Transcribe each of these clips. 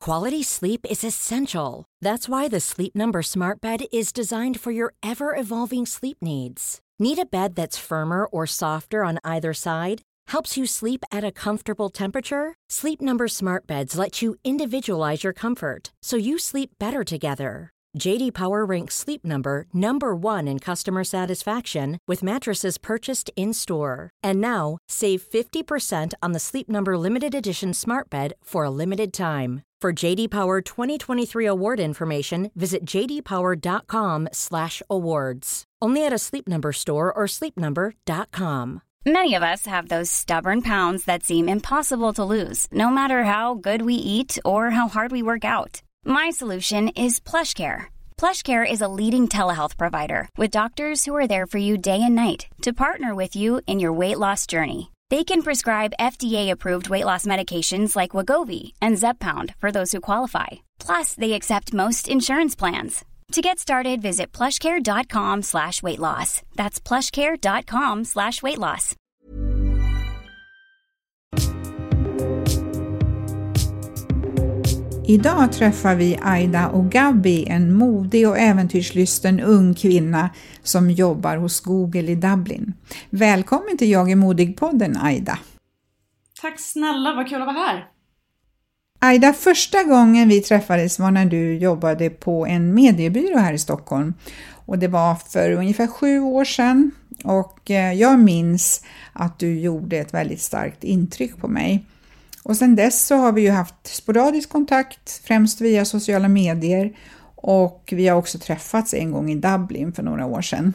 Quality sleep is essential. That's why the Sleep Number Smart Bed is designed for your ever-evolving sleep needs. Need a bed that's firmer or softer on either side? Helps you sleep at a comfortable temperature? Sleep Number Smart Beds let you individualize your comfort, so you sleep better together. JD Power ranks Sleep Number #1 in customer satisfaction with mattresses purchased in-store. And now, save 50% on the Sleep Number Limited Edition Smart Bed for a limited time. For JD Power 2023 award information, visit jdpower.com/awards. Only at a Sleep Number store or sleepnumber.com. Many of us have those stubborn pounds that seem impossible to lose, no matter how good we eat or how hard we work out. My solution is PlushCare. PlushCare is a leading telehealth provider with doctors who are there for you day and night to partner with you in your weight loss journey. They can prescribe FDA-approved weight loss medications like Wegovy and Zepbound for those who qualify. Plus, they accept most insurance plans. To get started, visit plushcare.com/weightloss. That's plushcare.com/weightloss. Idag träffar vi Aida Oghabi, en modig och äventyrslysten ung kvinna som jobbar hos Google i Dublin. Välkommen till Jag är modig-podden, Aida. Tack snälla, vad kul att vara här. Aida, första gången vi träffades var när du jobbade på en mediebyrå här i Stockholm. Och det var för ungefär 7 år sedan. Och jag minns att du gjorde ett väldigt starkt intryck på mig. Och sedan dess så har vi ju haft sporadisk kontakt, främst via sociala medier. Och vi har också träffats en gång i Dublin för några år sedan.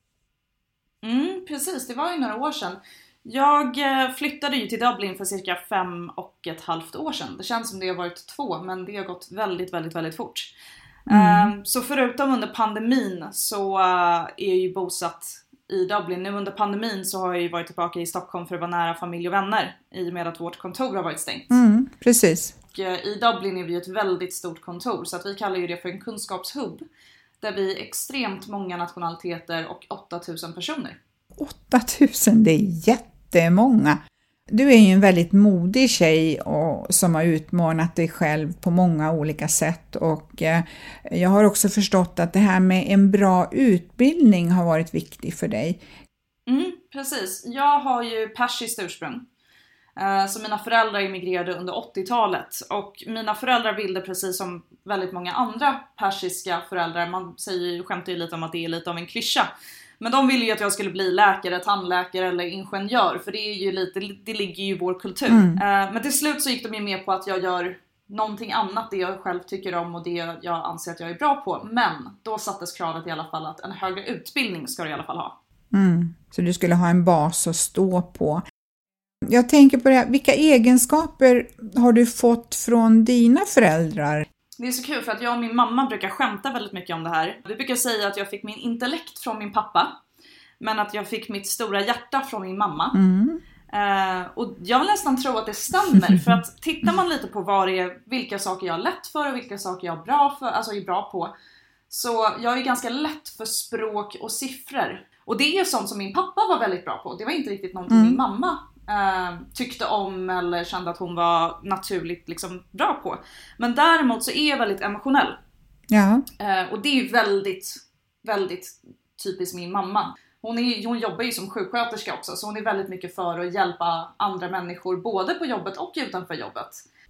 Precis, det var ju några år sedan. Jag flyttade ju till Dublin för cirka 5,5 år sedan. Det känns som det har varit 2, men det har gått väldigt, väldigt, väldigt fort. Så förutom under pandemin så är jag ju bosatt i Dublin. Nu under pandemin så har jag ju varit tillbaka i Stockholm för att vara nära familj och vänner i och med att vårt kontor har varit stängt. Precis. Och i Dublin är vi ett väldigt stort kontor, så att vi kallar ju det för en kunskapshubb där vi är extremt många nationaliteter och 8000 personer. 8000, det är jättemånga. Du är ju en väldigt modig tjej som har utmanat dig själv på många olika sätt, och jag har också förstått att det här med en bra utbildning har varit viktig för dig. Precis, jag har ju persiskt ursprung. Så mina föräldrar emigrerade under 80-talet, och mina föräldrar ville, precis som väldigt många andra persiska föräldrar, man skämtar ju lite om att det är lite av en klyscha, men de ville ju att jag skulle bli läkare, tandläkare eller ingenjör, för det är ju lite, det ligger ju i vår kultur. Men till slut så gick de ju med på att jag gör någonting annat, det jag själv tycker om och det jag anser att jag är bra på. Men då sattes kravet i alla fall att en högre utbildning ska du i alla fall ha. Så du skulle ha en bas att stå på. Jag tänker på det här, vilka egenskaper har du fått från dina föräldrar? Det är så kul för att jag och min mamma brukar skämta väldigt mycket om det här. Vi brukar säga att jag fick min intellekt från min pappa, men att jag fick mitt stora hjärta från min mamma. Och jag vill nästan tro att det stämmer, för att tittar man lite på vilka saker jag har lätt för och vilka saker jag är bra på, så jag är ganska lätt för språk och siffror. Och det är sånt som min pappa var väldigt bra på. Det var inte riktigt någonting min mamma tyckte om eller kände att hon var naturligt liksom bra på. Men däremot så är jag väldigt emotionell. Och det är ju väldigt, väldigt typiskt min mamma. Hon jobbar ju som sjuksköterska också, så hon är väldigt mycket för att hjälpa andra människor både på jobbet och utanför jobbet.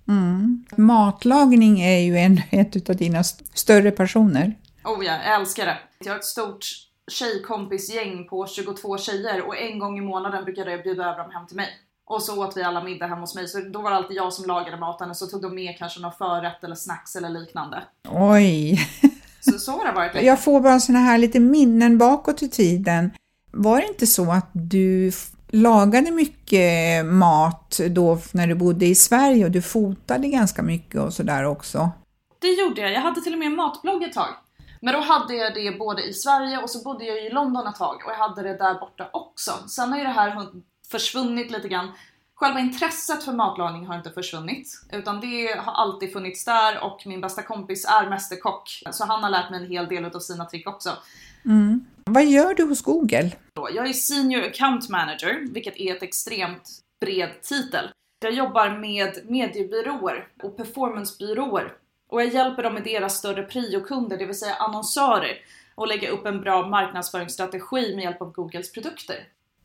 Matlagning är ju ett av dina större passioner. Jag älskar det. Jag har ett stort tjejkompisgäng på 22 tjejer, och en gång i månaden brukade jag bjuda över dem hem till mig. Och så åt vi alla middag hemma hos mig, så då var det alltid jag som lagade maten, och så tog de med kanske någon förrätt eller snacks eller liknande. Oj! Så har det varit. Jag får bara såna här lite minnen bakåt i tiden. Var det inte så att du lagade mycket mat då när du bodde i Sverige, och du fotade ganska mycket och sådär också? Det gjorde jag. Jag hade till och med en matblogg ett tag. Men då hade jag det både i Sverige, och så bodde jag i London ett tag, och jag hade det där borta också. Sen har ju det här försvunnit lite grann. Själva intresset för matlagning har inte försvunnit, utan det har alltid funnits där, och min bästa kompis är mästerkock, så han har lärt mig en hel del av sina trick också. Vad gör du hos Google? Jag är Senior Account Manager, vilket är ett extremt bred titel. Jag jobbar med mediebyråer och performancebyråer. Och jag hjälper dem med deras större priokunder, det vill säga annonsörer. Och lägga upp en bra marknadsföringsstrategi med hjälp av Googles produkter.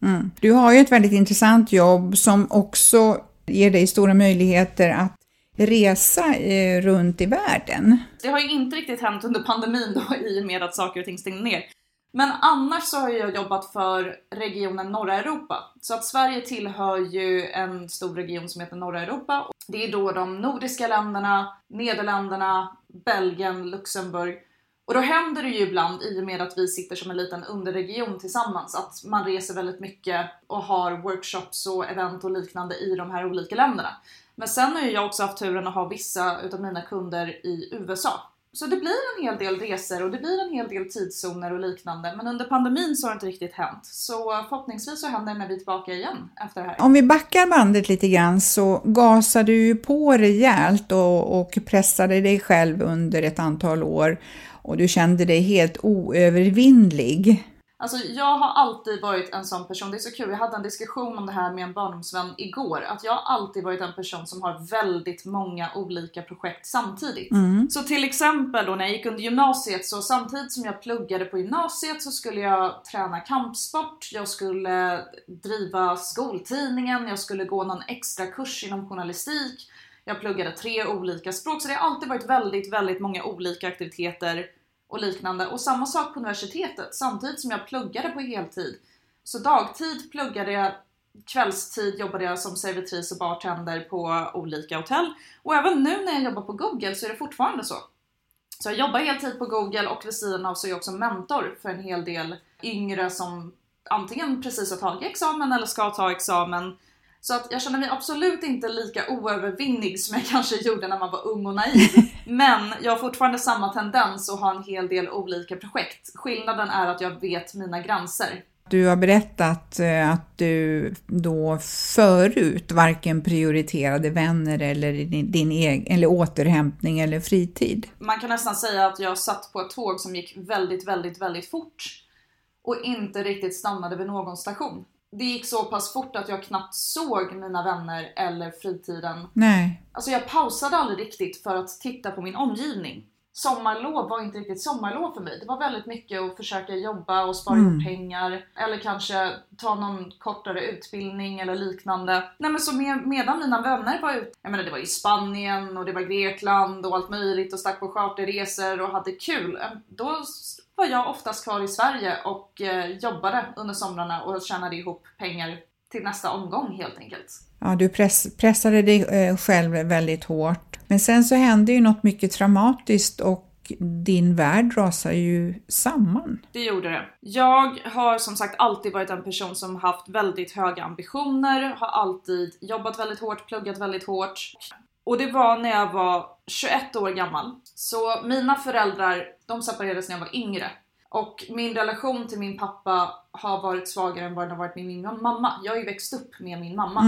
Du har ju ett väldigt intressant jobb som också ger dig stora möjligheter att resa runt i världen. Det har ju inte riktigt hänt under pandemin då, i och med att saker och ting stängde ner. Men annars så har jag jobbat för regionen norra Europa. Så att Sverige tillhör ju en stor region som heter norra Europa. Det är då de nordiska länderna, Nederländerna, Belgien, Luxemburg. Och då händer det ju ibland, i och med att vi sitter som en liten underregion tillsammans, att man reser väldigt mycket och har workshops och event och liknande i de här olika länderna. Men sen har ju jag också haft turen att ha vissa utav mina kunder i USA. Så det blir en hel del resor och det blir en hel del tidszoner och liknande. Men under pandemin så har det inte riktigt hänt. Så förhoppningsvis så händer det när vi är tillbaka igen efter det här. Om vi backar bandet lite grann så gasade du ju på rejält och pressade dig själv under ett antal år. Och du kände dig helt oövervinnlig. Alltså jag har alltid varit en sån person, det är så kul, jag hade en diskussion om det här med en barndomsvän igår. Att jag har alltid varit en person som har väldigt många olika projekt samtidigt. Så till exempel då när jag gick under gymnasiet, så samtidigt som jag pluggade på gymnasiet så skulle jag träna kampsport. Jag skulle driva skoltidningen, jag skulle gå någon extra kurs inom journalistik. Jag pluggade 3 olika språk, så det har alltid varit väldigt, väldigt många olika aktiviteter och liknande. Och samma sak på universitetet. Samtidigt som jag pluggade på heltid. Så dagtid pluggade jag, kvällstid jobbade jag som servitris och bartender på olika hotell. Och även nu när jag jobbar på Google så är det fortfarande så. Så jag jobbar heltid på Google och vid sidan av så är jag också mentor för en hel del yngre som antingen precis har tagit examen eller ska ta examen. Så att jag känner mig absolut inte lika oövervinnig som jag kanske gjorde när man var ung och naiv. Men jag har fortfarande samma tendens att ha en hel del olika projekt. Skillnaden är att jag vet mina gränser. Du har berättat att du då förut varken prioriterade vänner eller din egen eller återhämtning eller fritid. Man kan nästan säga att jag satt på ett tåg som gick väldigt, väldigt, väldigt fort. Och inte riktigt stannade vid någon station. Det gick så pass fort att jag knappt såg mina vänner eller fritiden. Nej. Alltså jag pausade aldrig riktigt för att titta på min omgivning. Sommarlov var inte riktigt sommarlov för mig. Det var väldigt mycket att försöka jobba och spara ihop pengar. Eller kanske ta någon kortare utbildning eller liknande. Nej men så medan mina vänner var ute. Jag menar det var i Spanien och det var Grekland och allt möjligt. Och stack på charterresor och hade kul. Då var jag oftast kvar i Sverige och jobbade under somrarna och tjänade ihop pengar till nästa omgång helt enkelt. Ja, du pressade dig själv väldigt hårt. Men sen så hände ju något mycket traumatiskt och din värld rasar ju samman. Det gjorde det. Jag har som sagt alltid varit en person som haft väldigt höga ambitioner. Har alltid jobbat väldigt hårt, pluggat väldigt hårt. Och det var när jag var 21 år gammal. Så mina föräldrar, de separerades när jag var yngre. Och min relation till min pappa har varit svagare än vad den har varit med min mamma. Jag har ju växt upp med min mamma.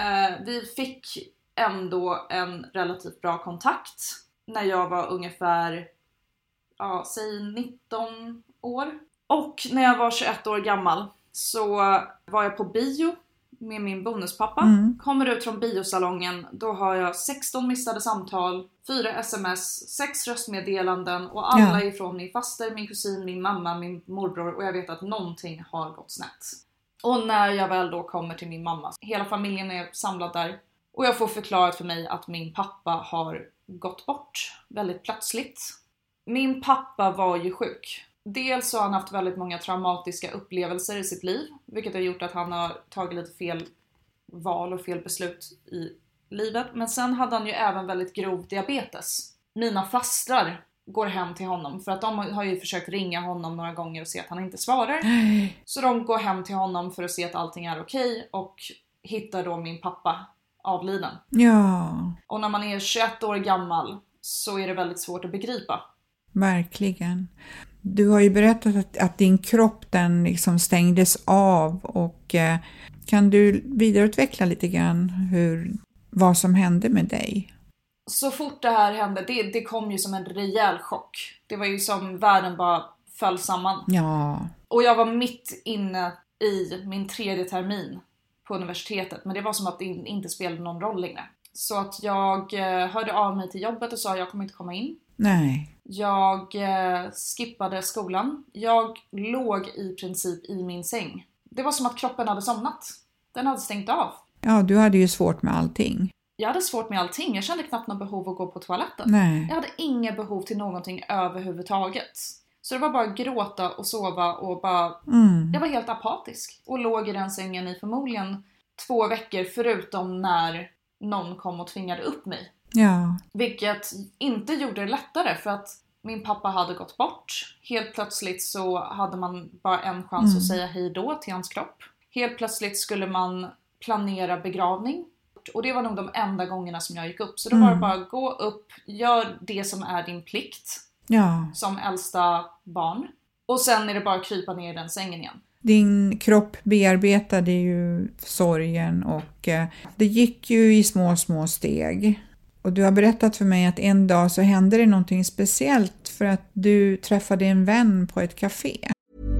Vi fick ändå en relativt bra kontakt när jag var ungefär, säg 19 år. Och när jag var 21 år gammal så var jag på bio med min bonuspappa. Kommer ut från biosalongen, då har jag 16 missade samtal, 4 sms, 6 röstmeddelanden och alla ifrån min faster, min kusin, min mamma, min morbror, och jag vet att någonting har gått snett. Och när jag väl då kommer till min mamma, hela familjen är samlad där och jag får förklarat för mig att min pappa har gått bort väldigt plötsligt. Min pappa var ju sjuk. Dels så har han haft väldigt många traumatiska upplevelser i sitt liv, vilket har gjort att han har tagit lite fel val och fel beslut i livet. Men sen hade han ju även väldigt grov diabetes. Mina fastrar går hem till honom för att de har ju försökt ringa honom några gånger och se att han inte svarar. Så de går hem till honom för att se att allting är okej och hittar då min pappa avliden. Ja. Och när man är 21 år gammal så är det väldigt svårt att begripa. Verkligen. Du har ju berättat att din kropp den liksom stängdes av och kan du vidareutveckla lite grann vad som hände med dig? Så fort det här hände, det kom ju som en rejäl chock. Det var ju som världen bara föll samman. Ja. Och jag var mitt inne i min 3:e termin på universitetet. Men det var som att det inte spelade någon roll längre. Så att jag hörde av mig till jobbet och sa jag kommer inte komma in. Nej. Jag skippade skolan. Jag låg i princip i min säng. Det var som att kroppen hade somnat. Den hade stängt av. Ja, du hade ju svårt med allting. Jag hade svårt med allting. Jag kände knappt något behov att gå på toaletten. Nej. Jag hade inga behov till någonting överhuvudtaget. Så det var bara gråta och sova och bara... Jag var helt apatisk. Och låg i den sängen i förmodligen 2 veckor förutom när någon kom och tvingade upp mig. Ja. Vilket inte gjorde det lättare för att min pappa hade gått bort. Helt plötsligt så hade man bara en chans att säga hej då till hans kropp. Helt plötsligt skulle man planera begravning. Och det var nog de enda gångerna som jag gick upp. Så då var det bara gå upp, gör det som är din plikt. Ja. Som äldsta barn. Och sen är det bara att krypa ner i den sängen igen. Din kropp bearbetade ju sorgen och det gick ju i små steg. Och du har berättat för mig att en dag så hände det någonting speciellt för att du träffade en vän på ett café.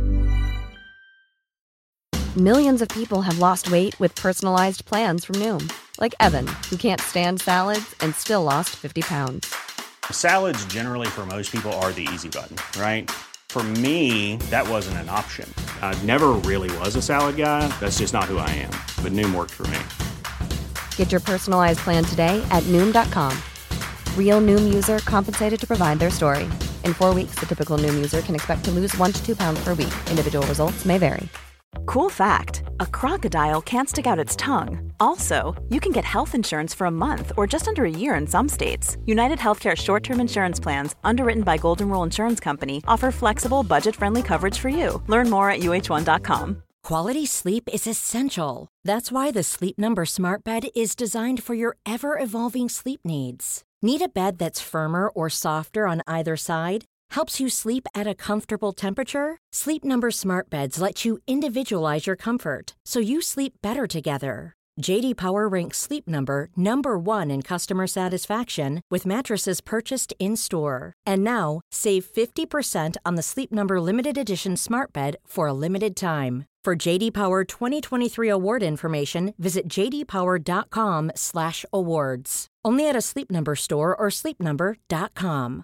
Millions of people have lost weight with personalized plans from Noom. Like Evan, who can't stand salads and still lost 50 pounds. Salads generally for most people are the easy button, right? For me, that wasn't an option. I never really was a salad guy. That's just not who I am. But Noom worked for me. Get your personalized plan today at Noom.com. Real Noom user compensated to provide their story. In 4 weeks, the typical Noom user can expect to lose 1 to 2 pounds per week. Individual results may vary. Cool fact, a crocodile can't stick out its tongue. Also, you can get health insurance for a month or just under a year in some states. United Healthcare short-term insurance plans, underwritten by Golden Rule Insurance Company, offer flexible, budget-friendly coverage for you. Learn more at uh1.com. Quality sleep is essential. That's why the Sleep Number Smart Bed is designed for your ever-evolving sleep needs. Need a bed that's firmer or softer on either side? Helps you sleep at a comfortable temperature? Sleep Number Smart Beds let you individualize your comfort so you sleep better together. JD Power ranks Sleep Number #1 in customer satisfaction with mattresses purchased in-store. And now, save 50% on the Sleep Number Limited Edition Smart Bed for a limited time. For JD Power 2023 award information, visit jdpower.com/awards. Only at a Sleep Number store or sleepnumber.com.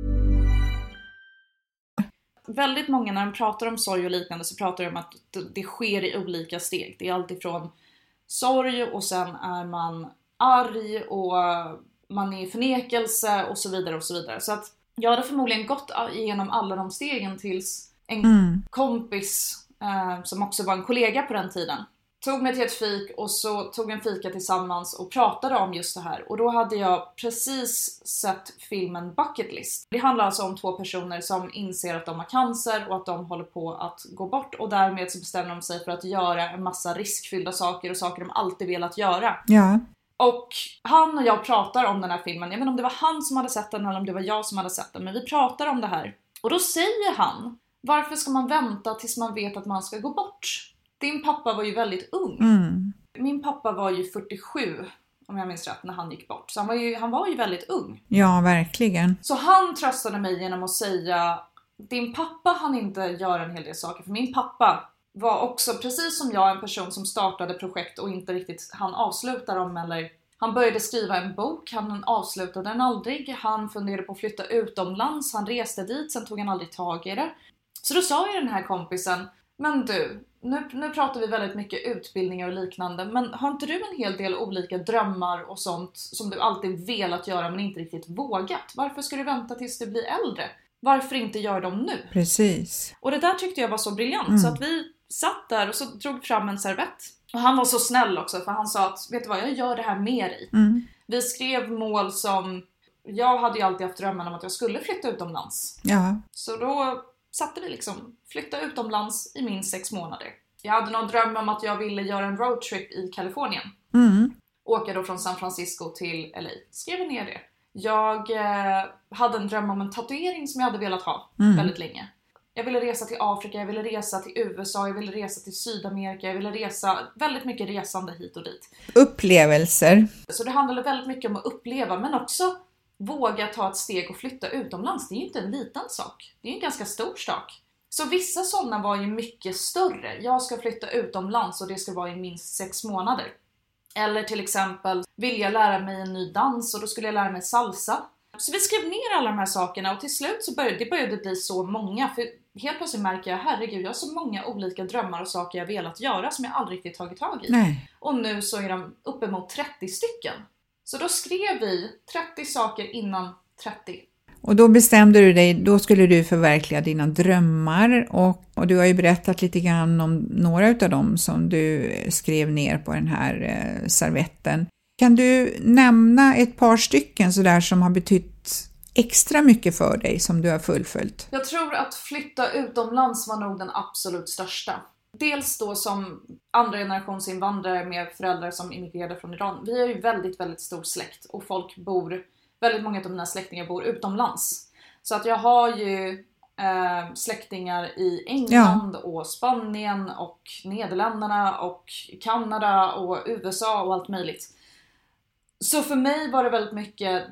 Väldigt många när de pratar om sorg och liknande så pratar de om att det sker i olika steg. Det är alltid från sorg och sen är man arg och man är i förnekelse och så vidare och så vidare. Så att jag hade förmodligen gått igenom alla de stegen tills en kompis som också var en kollega på den tiden tog mig till ett fik och så tog en fika tillsammans och pratade om just det här. Och då hade jag precis sett filmen Bucket List. Det handlar alltså om 2 personer som inser att de har cancer och att de håller på att gå bort. Och därmed så bestämmer de sig för att göra en massa riskfyllda saker och saker de alltid velat göra. Ja. Och han och jag pratar om den här filmen. Jag vet inte om det var han som hade sett den eller om det var jag som hade sett den. Men vi pratar om det här. Och då säger han, varför ska man vänta tills man vet att man ska gå bort? Din pappa var ju väldigt ung. Min pappa var ju 47, om jag minns rätt, när han gick bort. Så han var ju väldigt ung. Ja, verkligen. Så han tröstade mig genom att säga, din pappa hann inte göra en hel del saker. För min pappa var också, precis som jag, en person som startade projekt och inte riktigt han avsluta dem. Eller han började skriva en bok, han avslutade den aldrig. Han funderade på att flytta utomlands, han reste dit, sen tog han aldrig tag i det. Så då sa ju den här kompisen, men du, nu pratar vi väldigt mycket utbildningar och liknande, men har inte du en hel del olika drömmar och sånt som du alltid velat göra men inte riktigt vågat? Varför ska du vänta tills du blir äldre? Varför inte göra dem nu? Precis. Och det där tyckte jag var så briljant så att vi satt där och så drog fram en servett. Och han var så snäll också för han sa att, vet du vad, jag gör det här med dig. Vi skrev mål som, jag hade ju alltid haft drömmen om att jag skulle flytta utomlands. Ja. Så då satte vi liksom flytta utomlands i minst 6 månader. Jag hade någon dröm om att jag ville göra en roadtrip i Kalifornien. Åka då från San Francisco till LA. Skrev ner det. Jag hade en dröm om en tatuering som jag hade velat ha väldigt länge. Jag ville resa till Afrika, jag ville resa till USA, jag ville resa till Sydamerika, jag ville resa, väldigt mycket resande hit och dit. Upplevelser. Så det handlade väldigt mycket om att uppleva, men också våga ta ett steg och flytta utomlands. Det är ju inte en liten sak. Det är ju en ganska stor sak. Så vissa sådana var ju mycket större. Jag ska flytta utomlands och det ska vara i minst 6 månader. Eller till exempel, vill jag lära mig en ny dans och då skulle jag lära mig salsa. Så vi skrev ner alla de här sakerna och till slut så började det bli så många. För helt plötsligt märker jag, herregud, jag har så många olika drömmar och saker jag velat göra som jag aldrig riktigt tagit tag i. Nej. Och nu så är de uppemot 30 stycken. Så då skrev vi 30 saker innan 30. Och då bestämde du dig, då skulle du förverkliga dina drömmar och du har ju berättat lite grann om några av dem som du skrev ner på den här servetten. Kan du nämna ett par stycken sådär som har betytt extra mycket för dig som du har fullföljt? Jag tror att flytta utomlands var nog den absolut största. Dels då som andra generations invandrare med föräldrar som immigrerade från Iran. Vi är ju väldigt, väldigt stor släkt och väldigt många av mina släktingar bor utomlands. Så att jag har ju släktingar i England och Spanien och Nederländerna och Kanada och USA och allt möjligt. Så för mig var det väldigt mycket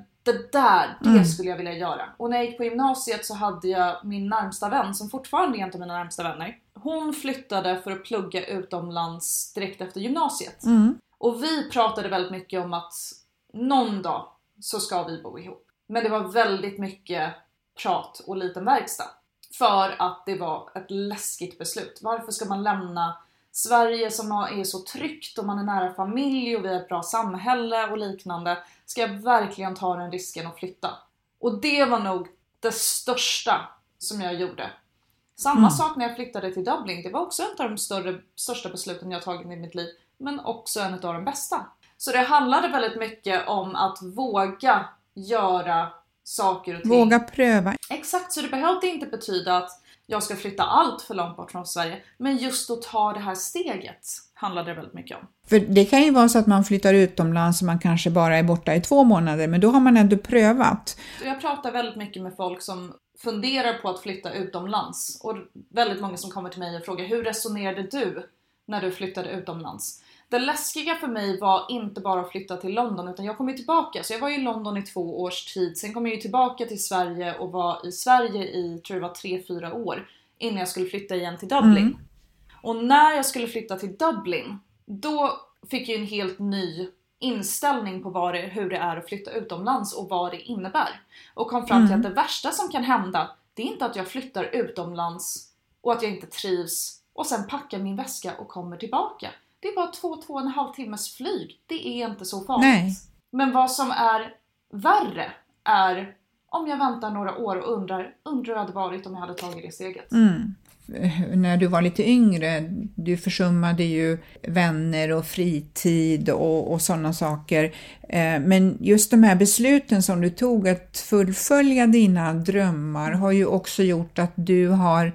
det skulle jag vilja göra. Och när jag gick på gymnasiet så hade jag min närmsta vän som fortfarande är en av mina närmsta vänner. Hon flyttade för att plugga utomlands direkt efter gymnasiet. Och vi pratade väldigt mycket om att någon dag så ska vi bo ihop. Men det var väldigt mycket prat och liten verkstad. För att det var ett läskigt beslut. Varför ska man lämna Sverige som är så tryggt och man är nära familj och vi har ett bra samhälle och liknande? Ska jag verkligen ta den risken och flytta? Och det var nog det största som jag gjorde. Samma sak när jag flyttade till Dublin. Det var också en av de största besluten jag tagit i mitt liv. Men också en av de bästa. Så det handlade väldigt mycket om att våga göra saker och ting. Våga pröva. Exakt, så det behövde inte betyda att jag ska flytta allt för långt bort från Sverige. Men just att ta det här steget handlade det väldigt mycket om. För det kan ju vara så att man flyttar utomlands och man kanske bara är borta i 2 månader. Men då har man ändå prövat. Jag pratar väldigt mycket med folk som funderar på att flytta utomlands. Och väldigt många som kommer till mig och frågar, hur resonerade du när du flyttade utomlands? Det läskiga för mig var inte bara att flytta till London, utan jag kom ju tillbaka. Så jag var i London i 2 års tid. Sen kom jag ju tillbaka till Sverige och var i Sverige i, tror jag var 3-4 år. Innan jag skulle flytta igen till Dublin. Och när jag skulle flytta till Dublin, då fick jag en helt ny inställning på hur det är att flytta utomlands och vad det innebär. Och kom fram till att det värsta som kan hända, det är inte att jag flyttar utomlands och att jag inte trivs och sen packar min väska och kommer tillbaka. Det är bara 2-2,5 timmars flyg. Det är inte så farligt. Nej. Men vad som är värre är om jag väntar några år och undrar hur det hade varit om jag hade tagit det steget. När du var lite yngre, du försummade ju vänner och fritid och sådana saker. Men just de här besluten som du tog att fullfölja dina drömmar har ju också gjort att du har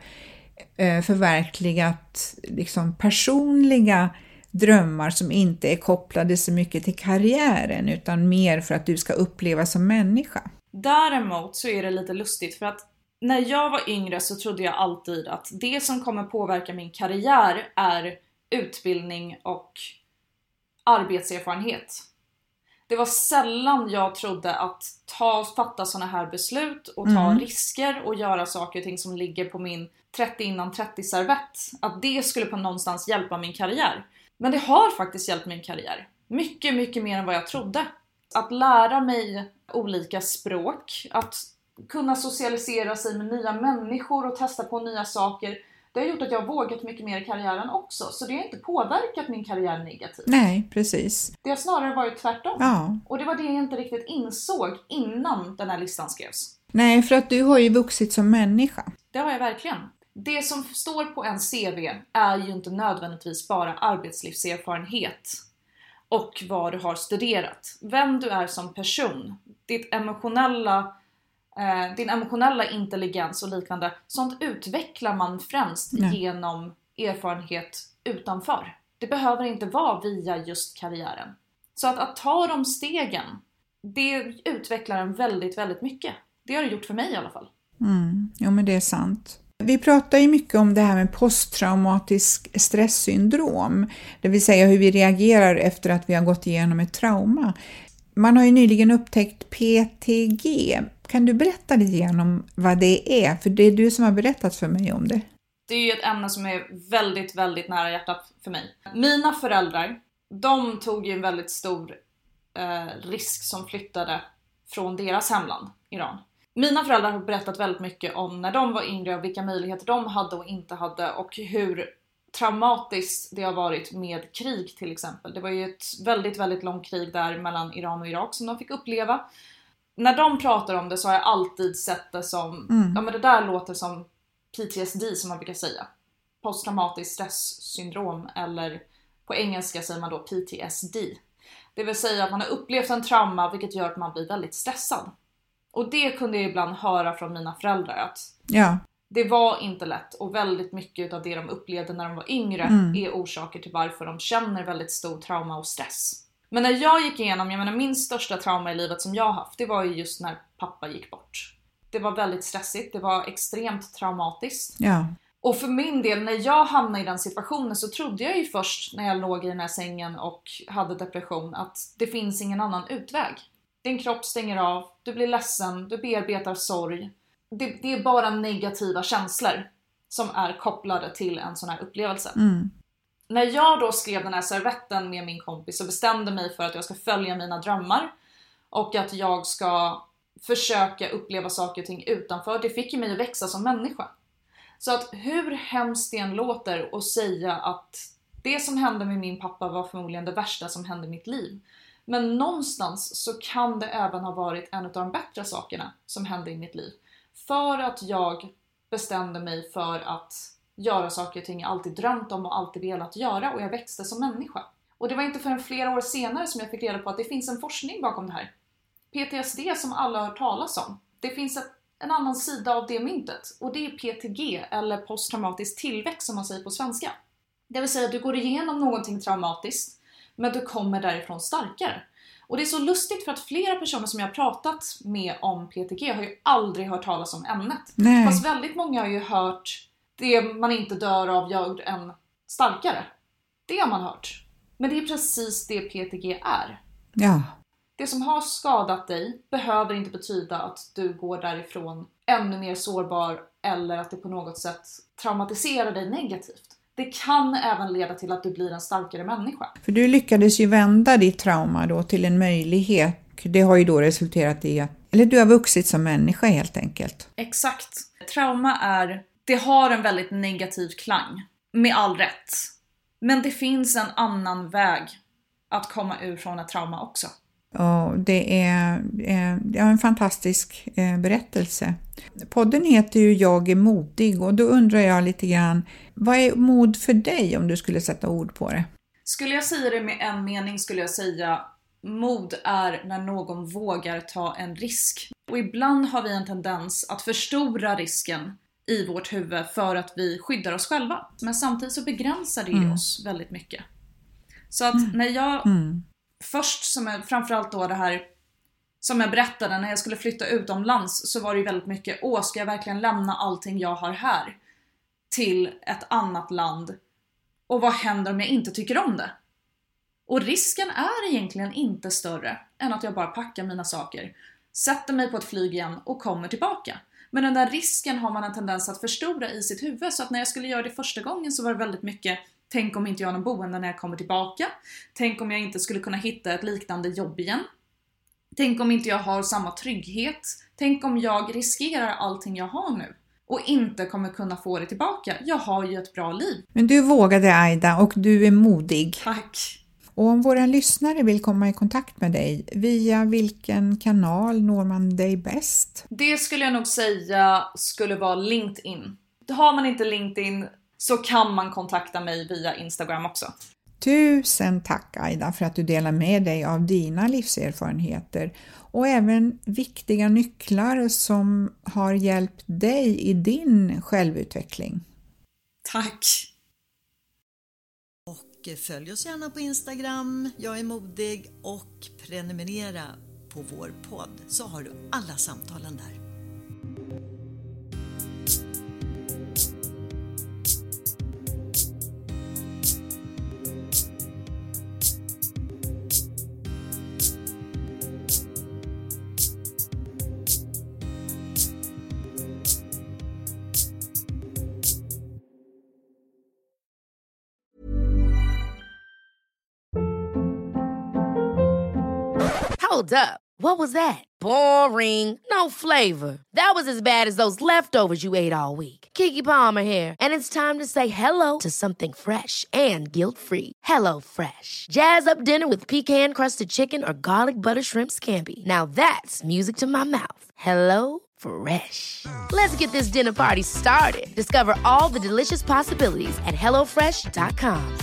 förverkligat liksom personliga drömmar som inte är kopplade så mycket till karriären utan mer för att du ska uppleva som människa. Däremot så är det lite lustigt för att när jag var yngre så trodde jag alltid att det som kommer påverka min karriär är utbildning och arbetserfarenhet. Det var sällan jag trodde att fatta såna här beslut och ta risker och göra saker och ting som ligger på min 30 innan 30 servett. Att det skulle på någonstans hjälpa min karriär. Men det har faktiskt hjälpt min karriär. Mycket, mycket mer än vad jag trodde. Att lära mig olika språk, att kunna socialisera sig med nya människor och testa på nya saker. Det har gjort att jag har vågat mycket mer i karriären också. Så det har inte påverkat min karriär negativt. Nej, precis. Det har snarare varit tvärtom. Ja. Och det var det jag inte riktigt insåg innan den här listan skrevs. Nej, för att du har ju vuxit som människa. Det har jag verkligen. Det som står på en CV är ju inte nödvändigtvis bara arbetslivserfarenhet och vad du har studerat. Vem du är som person, din emotionella intelligens och liknande, sånt utvecklar man främst genom erfarenhet utanför. Det behöver inte vara via just karriären. Så att ta de stegen, det utvecklar en väldigt, väldigt mycket. Det har det gjort för mig i alla fall. Jo, men det är sant. Vi pratar ju mycket om det här med posttraumatisk stresssyndrom. Det vill säga hur vi reagerar efter att vi har gått igenom ett trauma. Man har ju nyligen upptäckt PTG. Kan du berätta lite grann om vad det är? För det är du som har berättat för mig om det. det är ju ett ämne som är väldigt, väldigt nära hjärtat för mig. Mina föräldrar, de tog ju en väldigt stor risk som flyttade från deras hemland, Iran. Mina föräldrar har berättat väldigt mycket om när de var yngre och vilka möjligheter de hade och inte hade och hur traumatiskt det har varit med krig till exempel. Det var ju ett väldigt, väldigt långt krig där mellan Iran och Irak som de fick uppleva. När de pratar om det så har jag alltid sett det som, ja men det där låter som PTSD som man brukar säga. Posttraumatiskt stresssyndrom, eller på engelska säger man då PTSD. Det vill säga att man har upplevt en trauma vilket gör att man blir väldigt stressad. Och det kunde jag ibland höra från mina föräldrar att det var inte lätt och väldigt mycket av det de upplevde när de var yngre är orsaker till varför de känner väldigt stor trauma och stress. Men när jag gick igenom, jag menar min största trauma i livet som jag har haft, det var ju just när pappa gick bort. Det var väldigt stressigt, det var extremt traumatiskt. Ja. Och för min del, när jag hamnade i den situationen så trodde jag ju först när jag låg i den här sängen och hade depression att det finns ingen annan utväg. Din kropp stänger av, du blir ledsen, du bearbetar sorg. Det är bara negativa känslor som är kopplade till en sån här upplevelse. När jag då skrev den här servetten med min kompis så bestämde mig för att jag ska följa mina drömmar och att jag ska försöka uppleva saker och ting utanför. Det fick ju mig att växa som människa. Så att hur hemskt det än låter att säga att det som hände med min pappa var förmodligen det värsta som hände i mitt liv. Men någonstans så kan det även ha varit en av de bättre sakerna som hände i mitt liv. För att jag bestämde mig för att göra saker och ting jag alltid drömt om och alltid velat göra, och jag växte som människa. Och det var inte förrän flera år senare som jag fick reda på att det finns en forskning bakom det här. PTSD som alla har hört talas om. Det finns en annan sida av det myntet, och det är PTG eller posttraumatisk tillväxt som man säger på svenska. Det vill säga att du går igenom någonting traumatiskt men du kommer därifrån starkare. Och det är så lustigt för att flera personer som jag har pratat med om PTG har ju aldrig hört talas om ämnet. Nej. Fast väldigt många har ju hört det man inte dör av gör en starkare. Det har man hört. Men det är precis det PTG är. Ja. Det som har skadat dig behöver inte betyda att du går därifrån ännu mer sårbar eller att det på något sätt traumatiserar dig negativt. Det kan även leda till att du blir en starkare människa. För du lyckades ju vända ditt trauma då till en möjlighet. Det har ju då resulterat i att du har vuxit som människa helt enkelt. Exakt. Trauma det har en väldigt negativ klang. Med all rätt. Men det finns en annan väg att komma ur från ett trauma också. Och det är en fantastisk berättelse. Podden heter ju Jag är modig, och då undrar jag lite grann, vad är mod för dig om du skulle sätta ord på det? Skulle jag säga det med en mening skulle jag säga mod är när någon vågar ta en risk. Och ibland har vi en tendens att förstora risken i vårt huvud för att vi skyddar oss själva. Men samtidigt så begränsar det oss väldigt mycket. Så att när jag först, framförallt då det här som jag berättade, när jag skulle flytta utomlands så var det ju väldigt mycket, ska jag verkligen lämna allting jag har här till ett annat land? Och vad händer om jag inte tycker om det? Och risken är egentligen inte större än att jag bara packar mina saker, sätter mig på ett flyg igen och kommer tillbaka. Men den där risken har man en tendens att förstora i sitt huvud, så att när jag skulle göra det första gången så var det väldigt mycket, tänk om inte jag har någon boende när jag kommer tillbaka. Tänk om jag inte skulle kunna hitta ett liknande jobb igen. Tänk om inte jag har samma trygghet. Tänk om jag riskerar allting jag har nu och inte kommer kunna få det tillbaka. Jag har ju ett bra liv. Men du vågade, Aida, och du är modig. Tack. Och om våra lyssnare vill komma i kontakt med dig, via vilken kanal når man dig bäst? Det skulle jag nog säga skulle vara LinkedIn. Har man inte LinkedIn så kan man kontakta mig via Instagram också. Tusen tack, Aida, för att du delar med dig av dina livserfarenheter och även viktiga nycklar som har hjälpt dig i din självutveckling. Tack! Och följ oss gärna på Instagram, Jag är modig, och prenumerera på vår podd så har du alla samtalen där. Hold up. What was that? Boring. No flavor. That was as bad as those leftovers you ate all week. Keke Palmer here, and it's time to say hello to something fresh and guilt-free. Hello Fresh. Jazz up dinner with pecan-crusted chicken or garlic butter shrimp scampi. Now that's music to my mouth. Hello Fresh. Let's get this dinner party started. Discover all the delicious possibilities at hellofresh.com.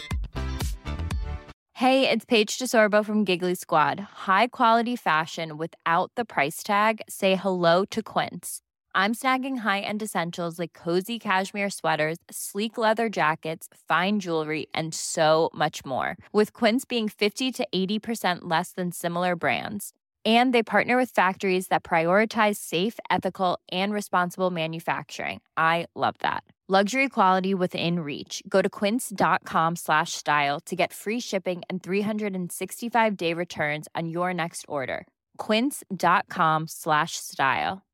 Hey, it's Paige DeSorbo from Giggly Squad. High quality fashion without the price tag. Say hello to Quince. I'm snagging high-end essentials like cozy cashmere sweaters, sleek leather jackets, fine jewelry, and so much more. With Quince being 50 to 80% less than similar brands. And they partner with factories that prioritize safe, ethical, and responsible manufacturing. I love that. Luxury quality within reach. Go to quince.com/style to get free shipping and 365-day returns on your next order. Quince.com/style.